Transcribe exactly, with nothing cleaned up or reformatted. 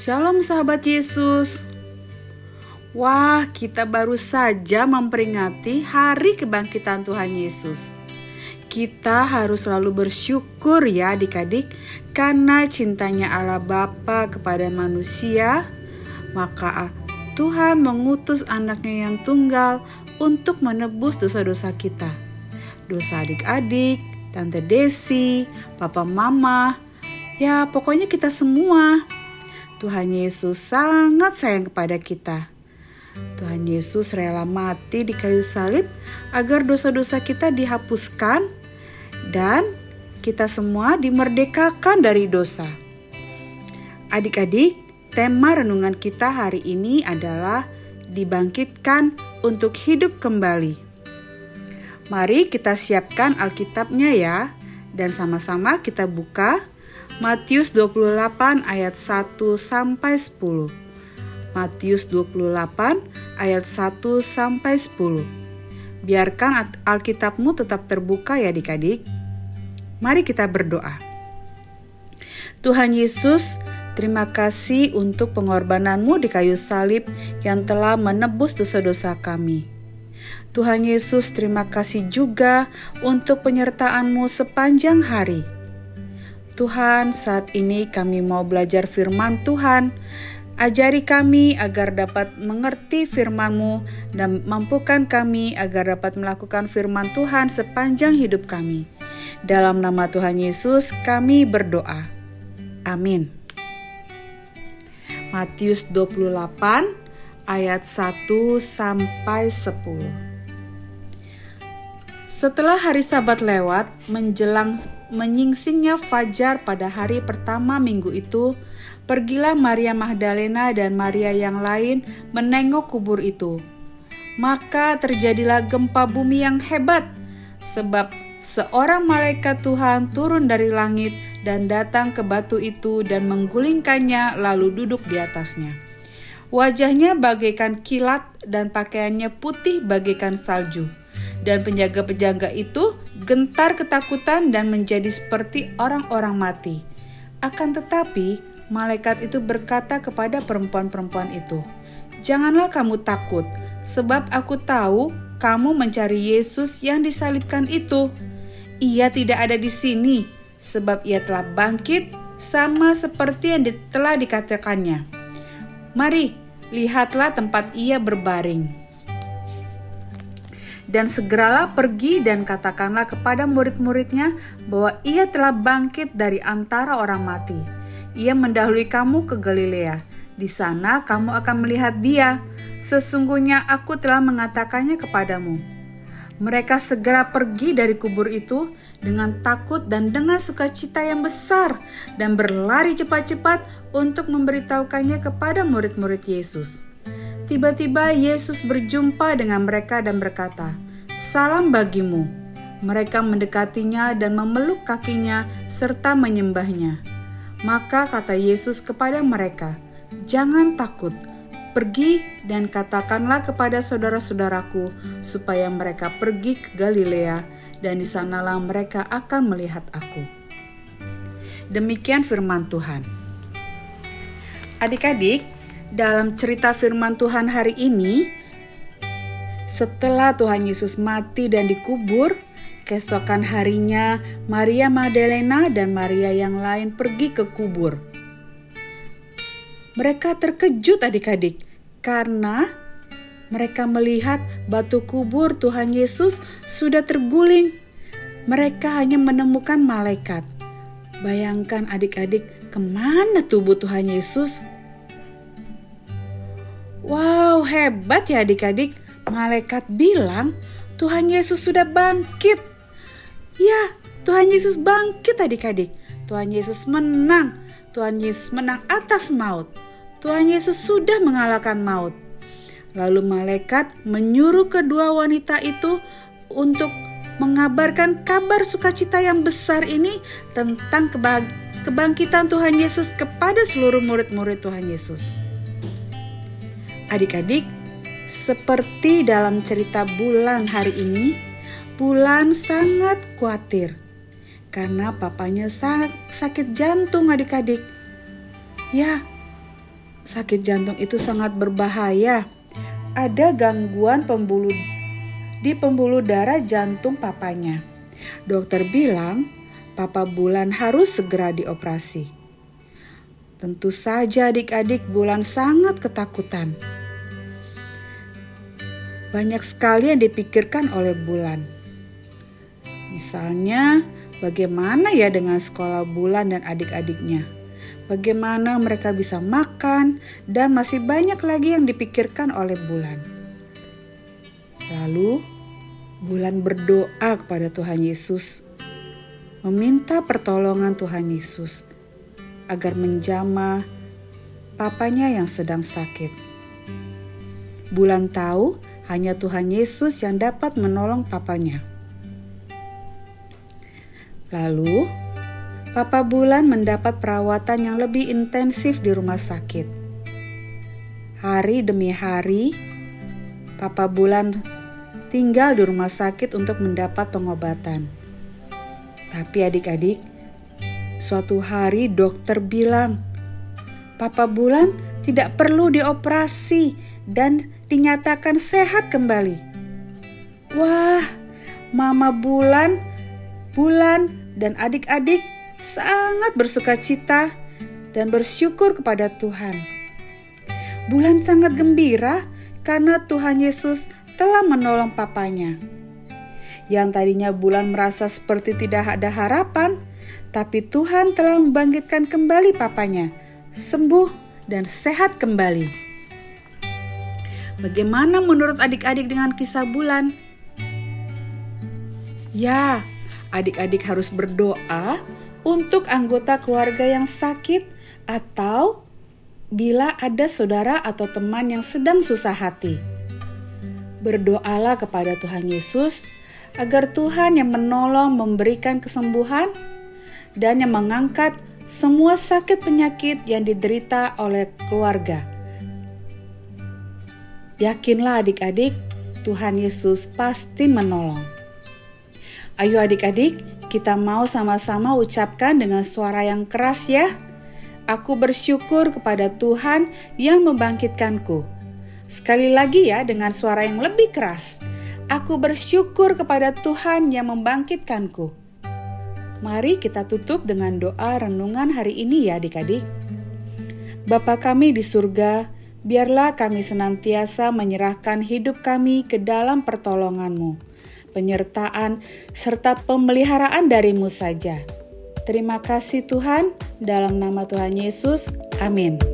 Shalom sahabat Yesus. Wah, kita baru saja memperingati hari kebangkitan Tuhan Yesus. Kita harus selalu bersyukur ya adik-adik, karena cintanya Allah Bapa kepada manusia, maka Tuhan mengutus anaknya yang tunggal untuk menebus dosa-dosa kita. Dosa adik-adik, Tante Desi, Papa Mama, ya pokoknya kita semua. Tuhan Yesus sangat sayang kepada kita. Tuhan Yesus rela mati di kayu salib agar dosa-dosa kita dihapuskan dan kita semua dimerdekakan dari dosa. Adik-adik, tema renungan kita hari ini adalah dibangkitkan untuk hidup kembali. Mari kita siapkan Alkitabnya ya, dan sama-sama kita buka Matius dua puluh delapan ayat satu sampai sepuluh. Matius dua puluh delapan ayat satu sampai sepuluh. Biarkan Alkitabmu tetap terbuka ya adik-adik. Mari kita berdoa. Tuhan Yesus, terima kasih untuk pengorbananmu di kayu salib yang telah menebus dosa-dosa kami. Tuhan Yesus, terima kasih juga untuk penyertaan-Mu sepanjang hari. Tuhan, saat ini kami mau belajar firman Tuhan. Ajari kami agar dapat mengerti firman-Mu dan mampukan kami agar dapat melakukan firman Tuhan sepanjang hidup kami. Dalam nama Tuhan Yesus kami berdoa. Amin. Matius dua puluh delapan ayat satu sampai sepuluh. Setelah hari Sabat lewat, menjelang menyingsingnya fajar pada hari pertama minggu itu, pergilah Maria Magdalena dan Maria yang lain menengok kubur itu. Maka terjadilah gempa bumi yang hebat, sebab seorang malaikat Tuhan turun dari langit dan datang ke batu itu dan menggulingkannya lalu duduk di atasnya. Wajahnya bagaikan kilat dan pakaiannya putih bagaikan salju. Dan penjaga-penjaga itu gentar ketakutan dan menjadi seperti orang-orang mati. Akan tetapi, malaikat itu berkata kepada perempuan-perempuan itu, "Janganlah kamu takut, sebab aku tahu kamu mencari Yesus yang disalibkan itu. Ia tidak ada di sini, sebab ia telah bangkit sama seperti yang telah dikatakannya. Mari, lihatlah tempat ia berbaring. Dan segeralah pergi dan katakanlah kepada murid-muridnya bahwa ia telah bangkit dari antara orang mati. Ia mendahului kamu ke Galilea. Di sana kamu akan melihat dia. Sesungguhnya aku telah mengatakannya kepadamu." Mereka segera pergi dari kubur itu dengan takut dan dengan sukacita yang besar dan berlari cepat-cepat untuk memberitahukannya kepada murid-murid Yesus. Tiba-tiba Yesus berjumpa dengan mereka dan berkata, "Salam bagimu." Mereka mendekatinya dan memeluk kakinya serta menyembahnya. Maka kata Yesus kepada mereka, "Jangan takut, pergi dan katakanlah kepada saudara-saudaraku supaya mereka pergi ke Galilea dan di sanalah mereka akan melihat aku." Demikian firman Tuhan. Adik-adik, dalam cerita firman Tuhan hari ini, setelah Tuhan Yesus mati dan dikubur, keesokan harinya Maria Magdalena dan Maria yang lain pergi ke kubur. Mereka terkejut adik-adik, karena mereka melihat batu kubur Tuhan Yesus sudah terguling. Mereka hanya menemukan malaikat. Bayangkan adik-adik, kemana tubuh Tuhan Yesus? Wow, hebat ya adik-adik. Malaikat bilang Tuhan Yesus sudah bangkit. Ya, Tuhan Yesus bangkit adik-adik. Tuhan Yesus menang. Tuhan Yesus menang atas maut. Tuhan Yesus sudah mengalahkan maut. Lalu malaikat menyuruh kedua wanita itu untuk mengabarkan kabar sukacita yang besar ini tentang kebang- kebangkitan Tuhan Yesus kepada seluruh murid-murid Tuhan Yesus. Adik-adik, seperti dalam cerita Bulan hari ini, Bulan sangat khawatir karena papanya sangat sakit jantung adik-adik. Ya, sakit jantung itu sangat berbahaya. Ada gangguan pembuluh di pembuluh darah jantung papanya. Dokter bilang, Papa Bulan harus segera dioperasi. Tentu saja adik-adik Bulan sangat ketakutan. Banyak sekali yang dipikirkan oleh Bulan. Misalnya, bagaimana ya dengan sekolah Bulan dan adik-adiknya? Bagaimana mereka bisa makan, dan masih banyak lagi yang dipikirkan oleh Bulan. Lalu, Bulan berdoa kepada Tuhan Yesus, meminta pertolongan Tuhan Yesus agar menjamah papanya yang sedang sakit. Bulan tahu hanya Tuhan Yesus yang dapat menolong papanya. Lalu, Papa Bulan mendapat perawatan yang lebih intensif di rumah sakit. Hari demi hari, Papa Bulan tinggal di rumah sakit untuk mendapat pengobatan. Tapi adik-adik, suatu hari dokter bilang, Papa Bulan tidak perlu dioperasi dan dinyatakan sehat kembali. Wah, Mama Bulan, Bulan dan adik-adik sangat bersuka cita dan bersyukur kepada Tuhan. Bulan sangat gembira karena Tuhan Yesus telah menolong papanya. Yang tadinya Bulan merasa seperti tidak ada harapan, tapi Tuhan telah membangkitkan kembali papanya, sembuh dan sehat kembali. Bagaimana menurut adik-adik dengan kisah Bulan? Ya, adik-adik harus berdoa untuk anggota keluarga yang sakit atau bila ada saudara atau teman yang sedang susah hati. Berdoalah kepada Tuhan Yesus agar Tuhan yang menolong memberikan kesembuhan dan yang mengangkat semua sakit penyakit yang diderita oleh keluarga. Yakinlah adik-adik, Tuhan Yesus pasti menolong. Ayo adik-adik, kita mau sama-sama ucapkan dengan suara yang keras ya. Aku bersyukur kepada Tuhan yang membangkitkanku. Sekali lagi ya dengan suara yang lebih keras. Aku bersyukur kepada Tuhan yang membangkitkanku. Mari kita tutup dengan doa renungan hari ini ya adik-adik. Bapa kami di surga, biarlah kami senantiasa menyerahkan hidup kami ke dalam pertolongan-Mu, penyertaan, serta pemeliharaan dari-Mu saja. Terima kasih Tuhan, dalam nama Tuhan Yesus, amin.